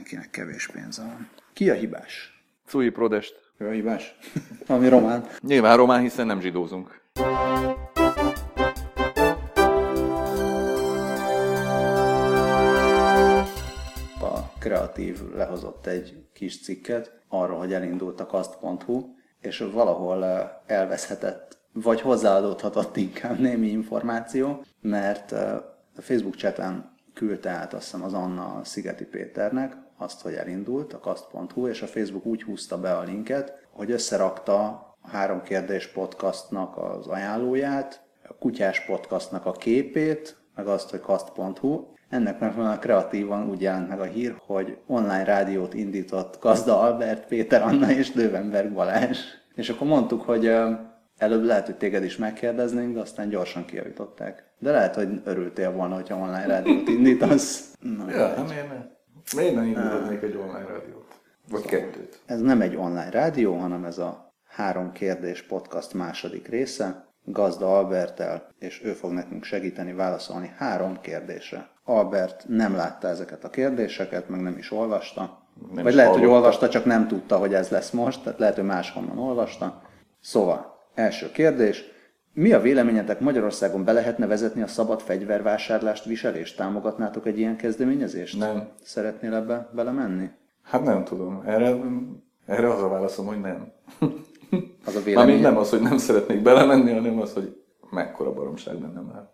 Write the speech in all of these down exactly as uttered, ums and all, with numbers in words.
mindenkinek kevés pénze van. Ki a hibás? Cui Prodest. Ő a hibás? Ami román. Nyilván román, hiszen nem zsidózunk. A Kreatív lehozott egy kis cikket arról, hogy elindult a kaszt pont hu, és valahol elveszhetett, vagy hozzáadódhatott inkább némi információ, mert a Facebook chaten küldte át azt hiszem az Anna Szigeti Péternek azt, hogy elindult a kaszt pont hu, és a Facebook úgy húzta be a linket, hogy összerakta a Három Kérdés podcastnak az ajánlóját, a Kutyás podcastnak a képét, meg azt, hogy kaszt pont hu. Ennek megfelelően kreatívan úgy jelent meg a hír, hogy online rádiót indított Gazda Albert, Péter Anna és Löwenberg Balázs. És akkor mondtuk, hogy előbb lehet, hogy téged is megkérdeznénk, de aztán gyorsan kijavították. De lehet, hogy örültél volna, hogyha online rádiót indítasz. Na, ja, hát miért ne? Miért ne indítotnék egy online rádiót? Vagy szóval kettőt? Ez nem egy online rádió, hanem ez a Három Kérdés podcast második része. Gazda Alberttel, és ő fog nekünk segíteni válaszolni három kérdésre. Albert nem látta ezeket a kérdéseket, meg nem is olvasta. Nem Vagy is lehet, hallotta. Hogy olvasta, csak nem tudta, hogy ez lesz most, tehát lehet, hogy máshonnan olvasta. Szóval, első kérdés. Mi a véleményetek, Magyarországon be lehetne vezetni a szabad fegyvervásárlást, viselést? Támogatnátok egy ilyen kezdeményezést? Nem. Szeretnél ebbe belemenni? Hát nem tudom. Erre, erre az a válaszom, hogy nem. Az a vélemény... Ami nem az, hogy nem szeretnék belemenni, hanem az, hogy mekkora baromság lenne már.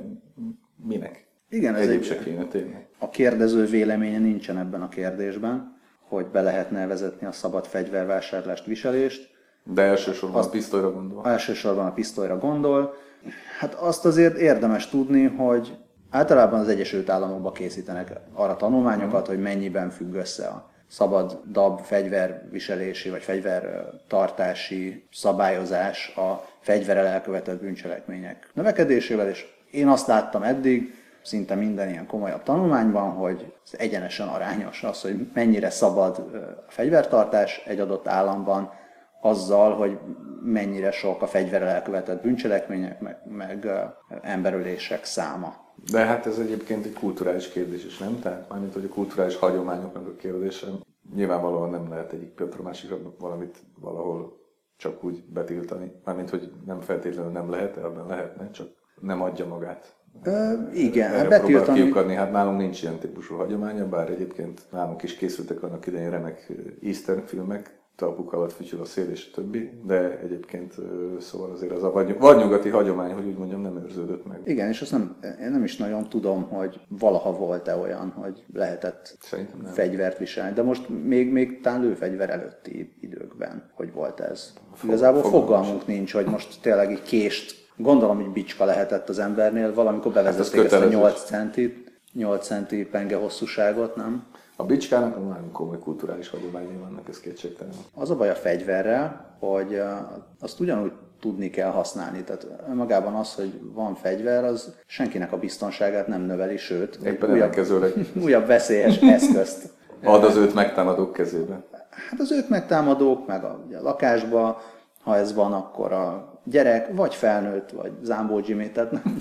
Minek? Igen, ez Egyéb egy... se kéne tényleg. A kérdező véleménye nincsen ebben a kérdésben, hogy be lehetne vezetni a szabad fegyvervásárlást, viselést. De elsősorban azt, a pisztolyra gondol. Elsősorban a pisztolyra gondol. Hát azt azért érdemes tudni, hogy általában az Egyesült Államokban készítenek arra tanulmányokat, mm. hogy mennyiben függ össze a szabad dab fegyverviselési vagy fegyvertartási szabályozás a fegyverrel elkövetett bűncselekmények növekedésével, és én azt láttam eddig, szinte minden ilyen komolyabb tanulmányban, hogy ez egyenesen arányos az, hogy mennyire szabad a fegyvertartás egy adott államban, azzal, hogy mennyire sok a fegyverrel elkövetett bűncselekmények, meg, meg emberölések száma. De hát ez egyébként egy kulturális kérdés is, nem? Tehát mármint, hogy a kulturális hagyományoknak a kérdése nyilvánvalóan nem lehet egyik pillanatra másikra valamit valahol csak úgy betiltani. Mármint, hogy nem feltétlenül nem lehet, ebben lehetne, csak nem adja magát. Ö, igen, erre betiltani... próbál kiukadni. Hát nálunk nincs ilyen típusú hagyománya, bár egyébként nálunk is készültek annak idején remek eastern filmek, talpuk alatt fütyül a szél és a többi, de egyébként szóval azért az a vadnyugati hagyomány, hogy úgy mondjam, nem őrződött meg. Igen, és azt nem, én nem is nagyon tudom, hogy valaha volt-e olyan, hogy lehetett fegyvert viselni, de most még, még talán lőfegyver előtti időkben, hogy volt ez. Igazából fogalmunk nincs, hogy most tényleg egy kést, gondolom, hogy bicska lehetett az embernél, valamikor bevezették hát ezt a nyolc centit, nyolc centi penge hosszúságot, nem? A bicskának nagyon komoly kulturális hagyományai vannak, ez kétségtelen. Az a baj a fegyverrel, hogy azt ugyanúgy tudni kell használni. Tehát magában az, hogy van fegyver, az senkinek a biztonságát nem növeli, sőt, éppen ellenkezőleg újabb veszélyes eszközt ad az őt megtámadók kezébe. Hát az őt megtámadók, meg a, a lakásba, ha ez van, akkor a gyerek, vagy felnőtt, vagy Zámbó Jimmy, tehát nem.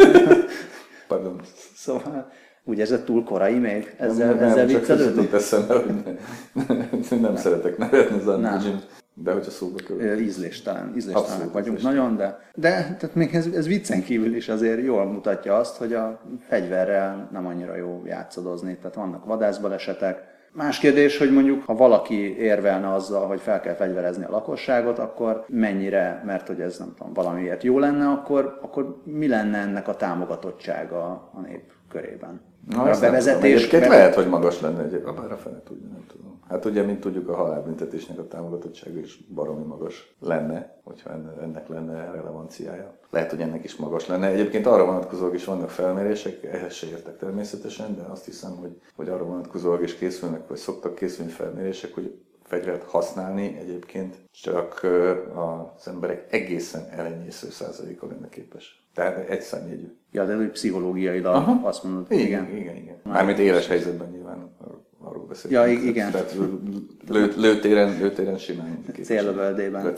Pardon. Szóval úgy érzed túl korai még? Ezzel, nem, nem, ezzel csak viccelődni? Eszembe, hogy nem, nem szeretek nevetni Zámbó Jimmy, de hogyha szóba kerül. Ízléstelen, ízléstelenek vagyunk ízléstelen. Nagyon, de, de tehát még ez, ez viccen kívül is azért jól mutatja azt, hogy a fegyverrel nem annyira jó játszadozni, tehát vannak vadászbalesetek. Más kérdés, hogy mondjuk, ha valaki érvelne azzal, hogy fel kell fegyverezni a lakosságot, akkor mennyire, mert hogy ez nem tudom, valamiért jó lenne, akkor, akkor mi lenne ennek a támogatottsága a nép körében? Na, a bevezetés... Be... lehet, hogy magas lenne egyébként, bár a fene tudja, nem tudom. Hát ugye, mint tudjuk, a halálbüntetésnek a támogatottsága is baromi magas lenne, hogyha ennek lenne relevanciája. Lehet, hogy ennek is magas lenne. Egyébként arra vonatkozóak is vannak felmérések, ehhez se értek természetesen, de azt hiszem, hogy, hogy arra vonatkozóak is készülnek, vagy szoktak készülni felmérések, hogy fegyvert használni egyébként csak az emberek egészen elenyésző százaléka lenne képes. Tehát egy számjegyű. Ja, de hogy pszichológiailag Aha. azt mondod. Igen, igen, igen. igen. Mármint éles helyzetben nyilván arról beszélünk. Ja, igen. Tehát lő, lőtéren, lőtéren simán. Céllövöldében.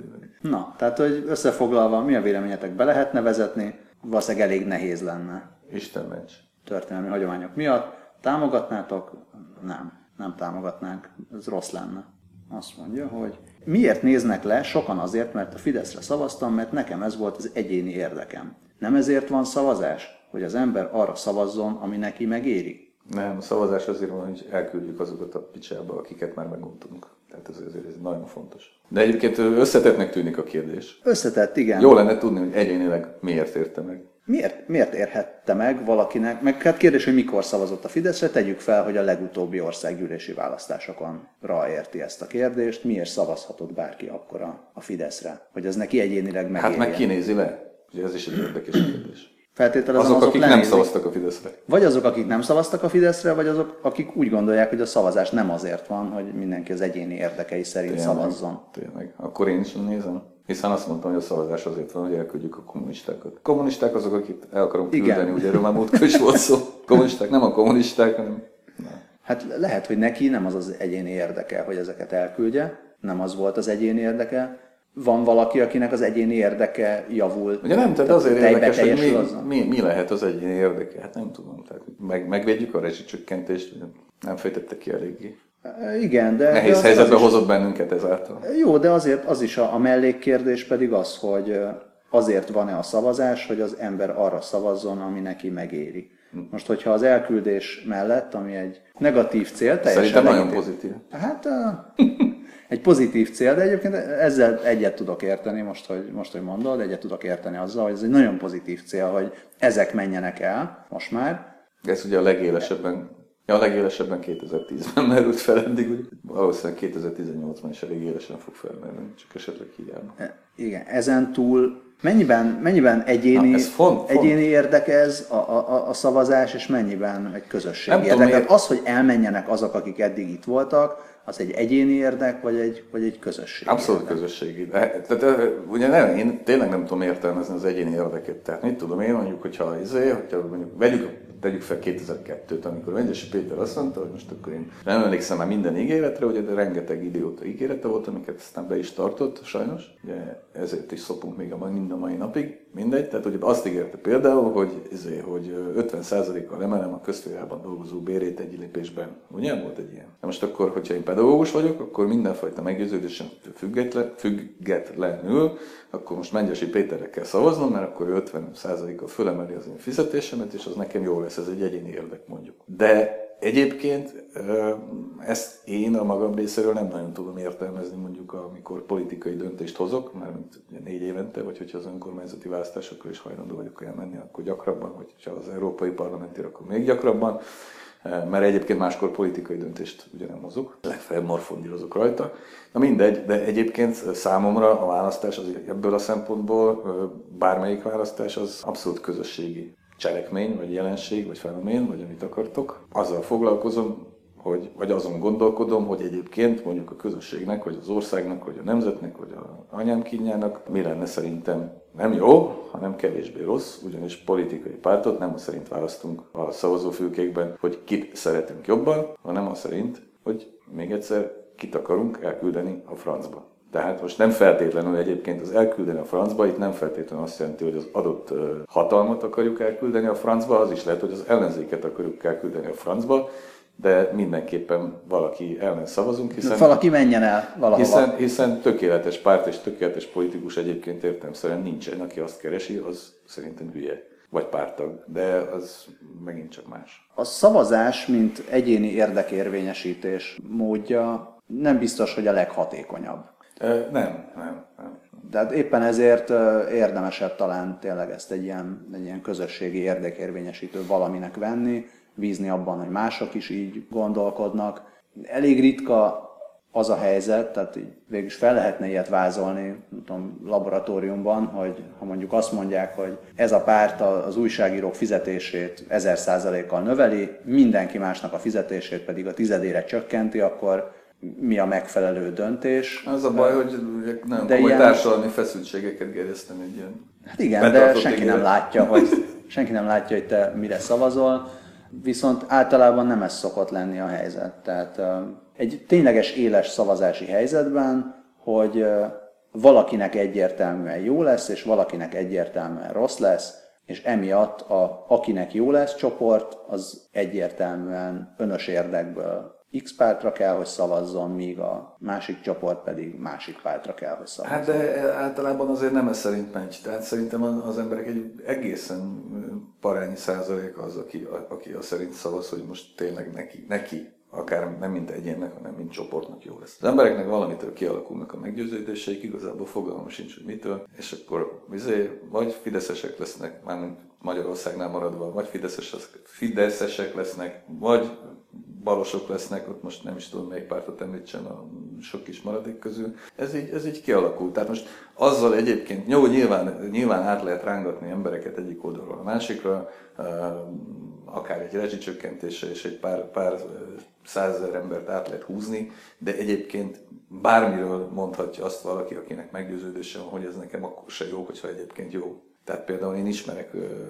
Na, tehát hogy összefoglalva, mi a véleményetek, be lehetne vezetni? Valószínűleg elég nehéz lenne. Isten ments. Történelmi hagyományok miatt. Támogatnátok? Nem. nem támogatnánk, ez rossz lenne. Azt mondja, hogy miért néznek le? Sokan azért, mert a Fideszre szavaztam, mert nekem ez volt az egyéni érdekem. Nem ezért van szavazás, hogy az ember arra szavazzon, ami neki megéri? Nem, a szavazás azért van, hogy elküldjük azokat a picsába, akiket már meguntunk. Tehát ez azért ez nagyon fontos. De egyébként összetettnek tűnik a kérdés. Összetett, igen. Jó lenne tudni, hogy egyénileg miért érte meg. Miért, miért érhette meg valakinek? Meg hát kérdés, hogy mikor szavazott a Fideszre, tegyük fel, hogy a legutóbbi országgyűlési választásokonra érti ezt a kérdést. Miért szavazhatott bárki akkor a, a Fideszre? Hogy ez neki egyénileg megérje? Hát meg kinézi le. Ugye ez is egy érdekes kérdés. Feltételezem, azok, azok akik lenézik. nem szavaztak a Fideszre. Vagy azok, akik nem szavaztak a Fideszre, vagy azok, akik úgy gondolják, hogy a szavazás nem azért van, hogy mindenki az egyéni érdekei szerint Tényleg, szavazzon. Tényleg. Akkor én is nézem. Hiszen azt mondtam, hogy a szavazás azért van, hogy elküldjük a kommunistákat. A kommunisták azok, akik el akarunk küldeni, ugye erről már múltkor is volt szó. Kommunisták nem a kommunisták, hanem... Na. Hát lehet, hogy neki nem az az egyéni érdeke, hogy ezeket elküldje. Nem az volt az egyéni érdeke. Van valaki, akinek az egyéni érdeke javul. Ugye nem, tehát azért érdekes, hogy mi, mi, mi lehet az egyéni érdeke. Hát nem tudom. Tehát meg, megvédjük a rezsicsökkentést, nem fejtette ki eléggé. Igen, de... Nehéz de helyzetbe is, hozott bennünket ezáltal. Jó, de azért az is a, a mellékkérdés pedig az, hogy azért van-e a szavazás, hogy az ember arra szavazzon, ami neki megéri. Most, hogyha az elküldés mellett, ami egy negatív cél, teljesen... Szerintem nagyon legitim. pozitív. Hát egy pozitív cél, de egyébként ezzel egyet tudok érteni, most hogy, most, hogy mondod, egyet tudok érteni azzal, hogy ez egy nagyon pozitív cél, hogy ezek menjenek el most már. Ez ugye a legélesebben, ja, a legélesebben kétezer-tízben merült fel eddig, úgy. Valószínűleg kétezer-tizennyolcban is elég élesen fog felmerülni, csak esetleg hiába. Igen, ezen túl mennyiben, mennyiben egyéni, Na, font, egyéni font. érdek ez a, a, a szavazás, és mennyiben egy közösségi Nem érdek? tudom, Az, hogy elmenjenek azok, akik eddig itt voltak, az egy egyéni érdek, vagy egy, vagy egy közösségi Abszolút érdek? közösségi. De, tehát, ugye nem, én tényleg nem tudom értelmezni az egyéni érdeket. Tehát mit tudom én, mondjuk, hogyha, izé, hogyha mondjuk, vegyük, tegyük fel kétezer-kettőt, amikor Vendesi Péter azt mondta, hogy most akkor én nem emlékszem már minden ígéretre, ugye, de rengeteg idióta ígérete volt, amiket aztán be is tartott, sajnos. Ugye, ezért is szopunk még a, mind a mai napig, mindegy. Tehát ugye azt ígérte például, hogy, izé, hogy ötven százalékkal emelem a közférában dolgozó bérét egy lépésben. Ugye volt egy ilyen? Na most akkor, hogyha én pedagógus vagyok, akkor mindenfajta meggyőződésen független, függetlenül, akkor most Mengyesi Péterre kell szavaznom, mert akkor ötven százalékkal fölemeli az én fizetésemet, és az nekem jó lesz, ez egy egyéni érdek mondjuk. De egyébként ezt én a magam részéről nem nagyon tudom értelmezni, mondjuk amikor politikai döntést hozok, mert négy évente, vagy hogyha az önkormányzati választásokra is hajlandó vagyok elmenni, akkor gyakrabban, vagy ha az európai parlamentire, akkor még gyakrabban, mert egyébként máskor politikai döntést ugye nem hozok, legfeljebb morfondírozok rajta. Na mindegy, de egyébként számomra a választás az ebből a szempontból, bármelyik választás az abszolút közösségi cselekmény, vagy jelenség, vagy fenomén, vagy amit akartok. Azzal foglalkozom, hogy, vagy azon gondolkodom, hogy egyébként mondjuk a közösségnek, vagy az országnak, vagy a nemzetnek, vagy a anyám kínjának mi lenne szerintem nem jó, hanem kevésbé rossz, ugyanis politikai pártot nem az szerint választunk a szavazófülkékben, hogy kit szeretünk jobban, hanem az szerint, hogy még egyszer kit akarunk elküldeni a francba. Tehát most nem feltétlenül egyébként az elküldeni a francba, itt nem feltétlenül azt jelenti, hogy az adott hatalmat akarjuk elküldeni a francba, az is lehet, hogy az ellenzéket akarjuk elküldeni a francba, de mindenképpen valaki ellen szavazunk, hiszen... Valaki menjen el valahova. Hiszen, hiszen tökéletes párt és tökéletes politikus egyébként értelemszerűen nincsen, aki azt keresi, az szerintem hülye. Vagy pártag, de az megint csak más. A szavazás, mint egyéni érdekérvényesítés módja nem biztos, hogy a leghatékonyabb. Nem, nem, nem. Tehát éppen ezért érdemesebb talán tényleg ezt egy ilyen, egy ilyen közösségi érdekérvényesítő valaminek venni, bízni abban, hogy mások is így gondolkodnak. Elég ritka az a helyzet, tehát így végül is fel lehetne ilyet vázolni, nem tudom, laboratóriumban, hogy ha mondjuk azt mondják, hogy ez a párt az újságírók fizetését ezer százalékkal növeli, mindenki másnak a fizetését pedig a tizedére csökkenti, akkor mi a megfelelő döntés. Az a baj, hogy nem komoly ilyen... társadalmi feszültségeket gerjesztem egy ilyen. Hát igen, de senki nem látja, hogy senki nem látja, hogy te mire szavazol, viszont általában nem ez szokott lenni a helyzet. Tehát egy tényleges éles szavazási helyzetben, hogy valakinek egyértelműen jó lesz, és valakinek egyértelműen rossz lesz, és emiatt a akinek jó lesz csoport, az egyértelműen önös érdekből X pártra kell, hogy szavazzon, míg a másik csoport pedig másik pártra kell, hogy szavazzon. Hát de általában azért nem ez szerint megy. Tehát szerintem az emberek egy egészen parányi százalék az, aki, aki az szerint szavaz, hogy most tényleg neki, neki akár nem mint egyénnek, hanem mint csoportnak jó lesz. Az embereknek valamitől kialakulnak a meggyőződéseik, igazából fogalmam sincs, hogy mitől, és akkor bizony, vagy fideszesek lesznek, mármint Magyarországnál maradva, vagy fideszesek, fideszesek lesznek, vagy balosok lesznek, ott most nem is tudom, melyik pártot említsen a sok kis maradék közül. Ez így, ez így kialakult. Tehát most azzal egyébként, jó, nyilván, nyilván át lehet rángatni embereket egyik oldalról a másikra, akár egy rezsicsökkentéssel és egy pár, pár százezer embert át lehet húzni, de egyébként bármiről mondhatja azt valaki, akinek meggyőződése van, hogy ez nekem akkor se jó, hogyha egyébként jó. Tehát például én ismerek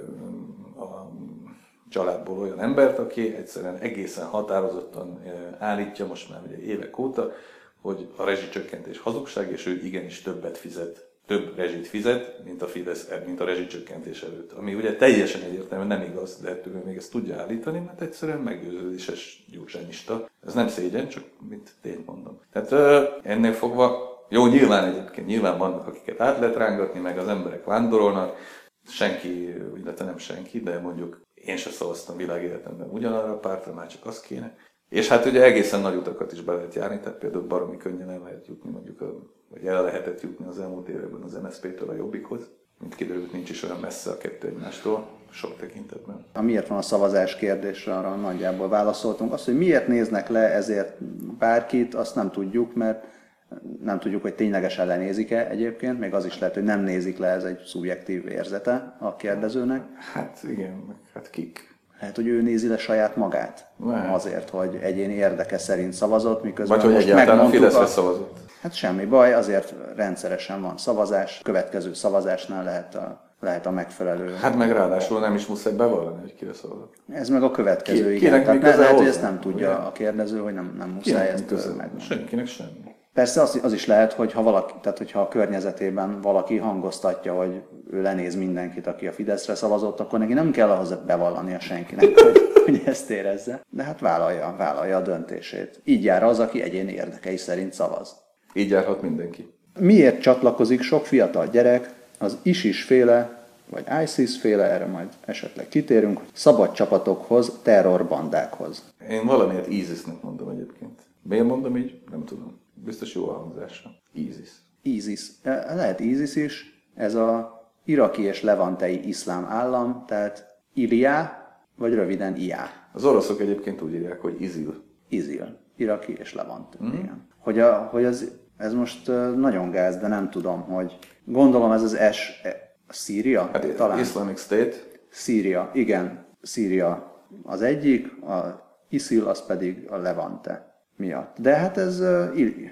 a családból olyan embert, aki egyszerűen egészen határozottan állítja most már ugye évek óta, hogy a rezsicsökkentés hazugság, és ő igenis többet fizet, több rezsit fizet, mint a Fidesz, mint a rezsicsökkentés előtt. Ami ugye teljesen egyértelműen nem igaz, de ettől még ezt tudja állítani, mert egyszerűen meggyőződéses gyurcsányista. Ez nem szégyen, csak mint tényt mondom. Tehát ennél fogva, jó, nyilván egyébként, nyilván vannak, akiket át lehet rángatni, meg az emberek vándorolnak, senki, illetve nem senki, de mondjuk én sem szavaztam világéletemben ugyanarra a pártra, már csak az kéne. És hát ugye egészen nagy utakat is be lehet járni, tehát például baromi könnyen el lehet jutni, mondjuk, a, vagy el lehetett jutni az elmúlt években az em es zé pé-től a Jobbikhoz. Mint kiderült, nincs is olyan messze a kettő egymástól, sok tekintetben. A miért van a szavazás kérdésre, arra nagyjából válaszoltunk. Azt, hogy miért néznek le ezért bárkit, azt nem tudjuk, mert nem tudjuk, hogy ténylegesen lenézik-e egyébként, még az is lehet, hogy nem nézik le, ez egy szubjektív érzete a kérdezőnek. Hát igen, hát kik? Lehet, hogy ő nézi le saját magát Lehet. Azért, hogy egyéni érdeke szerint szavazott, miközben vagy hogy most egyáltalán a megmondtuk Fideszre a... szavazott. Hát semmi baj, azért rendszeresen van szavazás, következő szavazásnál lehet a, lehet a megfelelő... Hát meg ráadásul nem is muszáj bevallani, hogy kire szavazott. Ez meg a következő, Ki, igen. Tehát lehet, hozzá? hogy ezt nem tudja ugye? A kérdező, hogy nem, nem muszáj ezt megmondani. Senkinek semmi. Persze az, az is lehet, hogy ha valaki, tehát hogyha a környezetében valaki hangoztatja, hogy ő lenéz mindenkit, aki a Fideszre szavazott, akkor neki nem kell ahhoz bevallania senkinek, hogy, hogy ezt érezze. De hát vállalja, vállalja a döntését. Így jár az, aki egyéni érdekei szerint szavaz. Így járhat mindenki. Miért csatlakozik sok fiatal gyerek az ISIS-féle, vagy ISIS-féle, erre majd esetleg kitérünk, szabad csapatokhoz, terrorbandákhoz? Én valamiért ISIS-nek mondom egyébként. Miért mondom így? Nem tudom. Biztos jó a hangzása. ISIS. ISIS. Lehet ISIS is. Ez a iraki és levantei iszlám állam, tehát Ilia, vagy röviden I A. Az oroszok egyébként úgy írják, hogy ISIL. ISIL. Iraki és levant. Mm. Igen. Hogy, a, hogy az, ez most nagyon gáz, de nem tudom, hogy gondolom ez az S... Szíria? Hát talán. Islamic State. Szíria, igen. Szíria az egyik, a ISIL az pedig a Levante miatt. De hát ez uh, Il-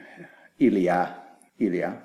Ilia. Ilia.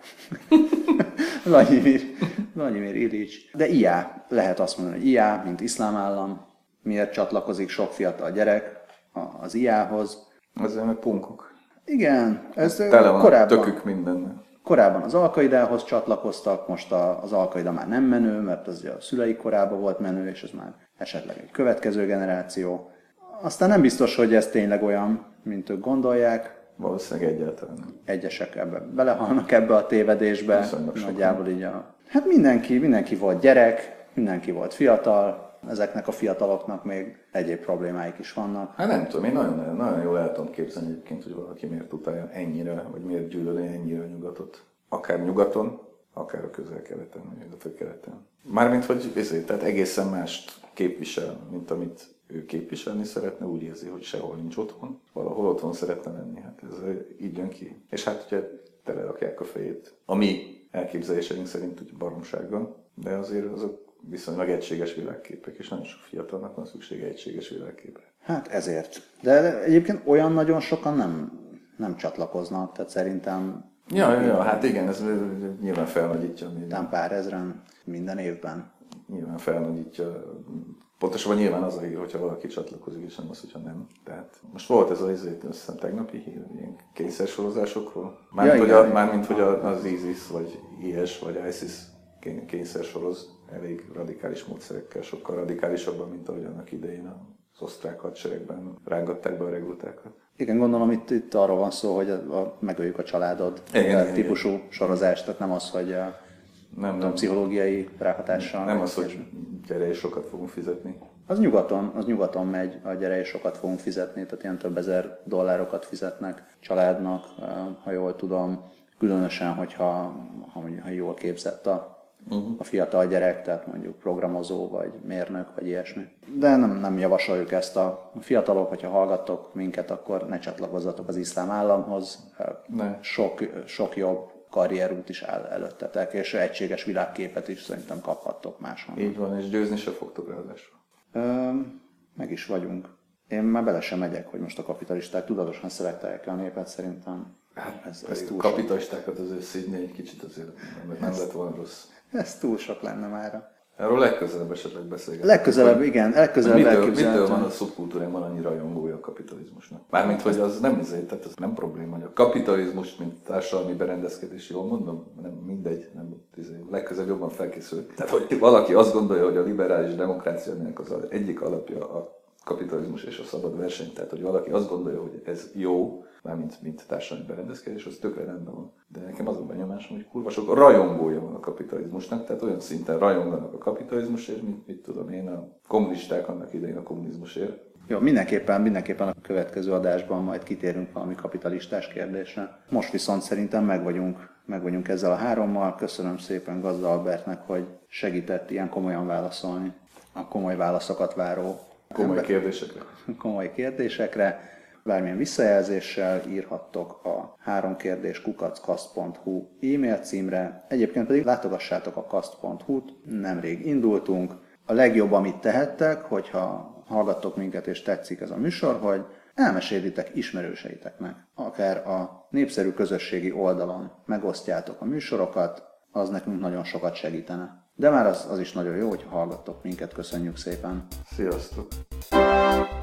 Vladimir, Vladimir Ilics. De I A. Lehet azt mondani, hogy I A, mint iszlám állam. Miért csatlakozik sok fiatal gyerek az I A-hoz? Ezzel meg punkok. Igen. Ez tele van korábban, tökük mindennel. Korábban az Al-Qaidához csatlakoztak, most az Al-Qaida már nem menő, mert az a szüleik korában volt menő, és ez már esetleg egy következő generáció. Aztán nem biztos, hogy ez tényleg olyan, mint ők gondolják. Valószínűleg egyáltalán nem. Egyesek ebbe belehalnak ebbe a tévedésbe. Viszonylag Nagyjából így a... Hát mindenki, mindenki volt gyerek, mindenki volt fiatal, ezeknek a fiataloknak még egyéb problémáik is vannak. Hát nem tudom, én nagyon, nagyon jól el tudom képzelni egyébként, hogy valaki miért utálja ennyire, vagy miért gyűlöli ennyire a nyugatot. Akár nyugaton, akár a közel-keleten, vagy a keleten. Mármint, hogy ezért, tehát egészen mást képvisel, mint amit ő képviselni szeretne, úgy érzi, hogy sehol nincs otthon, valahol otthon szeretne lenni. Hát ez így jön ki. És hát ugye telerakják a fejét. A mi elképzeléseink szerint ugye baromsággal, de azért azok viszonylag egységes világképek, és nagyon sok fiatalnak van szüksége egységes világképre. Hát ezért. De egyébként olyan nagyon sokan nem, nem csatlakoznak, tehát szerintem... Ja, ja, ja, hát igen, ez nyilván felnagyítja. Nem pár ezren minden évben. Nyilván felnagyítja. Pontosabban nyilván az a hír, hogyha valaki csatlakozik, és nem az, hogyha nem. Tehát most volt ez az izét, azt hiszem tegnapi hír, ilyen kényszersorozásokról. Mármint, ja, hogy, a, mármint hogy az ISIS, vagy I S, vagy ISIS kényszersoroz elég radikális módszerekkel, sokkal radikálisabban, mint ahogy annak idején a az osztrák hadseregben rángatták be a regrutákat. Igen, gondolom itt, itt arról van szó, hogy a, a, megöljük a családod igen, típusú igen. sorozás, tehát nem az, hogy a, nem, tudom, nem, pszichológiai ráhatással. Nem az, hogy gyere és sokat fogunk fizetni. Az nyugaton, az nyugaton megy, a gyere és sokat fogunk fizetni, tehát ilyen több ezer dollárokat fizetnek családnak, ha jól tudom. Különösen, hogyha ha, ha jól képzett a Uh-huh. a fiatal gyerek, tehát mondjuk programozó, vagy mérnök, vagy ilyesmi. De nem, nem javasoljuk ezt a fiatalok, hogyha hallgattok minket, akkor ne csatlakozzatok az iszlám államhoz. Ne. Sok, sok jobb karrierút is áll előttetek, és egységes világképet is szerintem kaphattok máshol. Így van, és győzni se fogtok ráadásul. Ö, meg is vagyunk. Én már bele sem megyek, hogy most a kapitalisták tudatosan szelektálják a népet, szerintem. Hát, ez, ez túl kapitalistákat azért szídni egy kicsit azért nem, nem lett volna rossz. Ez túl sok lenne mára. Erről legközelebb esetleg beszélgetünk. Legközelebb, igen, legközelebb elképzelhető. Mitől van a szubkultúrában annyi rajongója a kapitalizmusnak? Mármint, hogy az nem izé, tehát az nem probléma, hogy a kapitalizmus, mint társadalmi berendezkedés, jól mondom, nem mindegy, nem izé, legközelebb jobban felkészül. Tehát, hogy valaki azt gondolja, hogy a liberális demokráciának az egyik alapja a kapitalizmus és a szabad verseny, tehát, hogy valaki azt gondolja, hogy ez jó, mármint mint társadalmi berendezkedés, az tökre rendben van. De nekem az a benyomásom, hogy kurva sok rajongója van a kapitalizmusnak, tehát olyan szinten rajonganak a kapitalizmusért, mint mit tudom én, a kommunisták annak idején a kommunizmusért. Jó, mindenképpen, mindenképpen a következő adásban majd kitérünk valami kapitalistás kérdésre. Most viszont szerintem meg vagyunk, meg vagyunk ezzel a hárommal. Köszönöm szépen Gazda Albertnek, hogy segített ilyen komolyan válaszolni a komoly válaszokat váró komoly ember, kérdésekre. Komoly kérdésekre. Bármilyen visszajelzéssel írhattok a három kérdés kukac kaszt pont hu e-mail címre. Egyébként pedig látogassátok a kaszt pont hu-t, nemrég indultunk. A legjobb, amit tehettek, hogyha hallgattok minket és tetszik ez a műsor, hogy elmesélitek ismerőseiteknek. Akár a népszerű közösségi oldalon megosztjátok a műsorokat, az nekünk nagyon sokat segítene. De már az, az is nagyon jó, hogyha hallgattok minket. Köszönjük szépen! Sziasztok!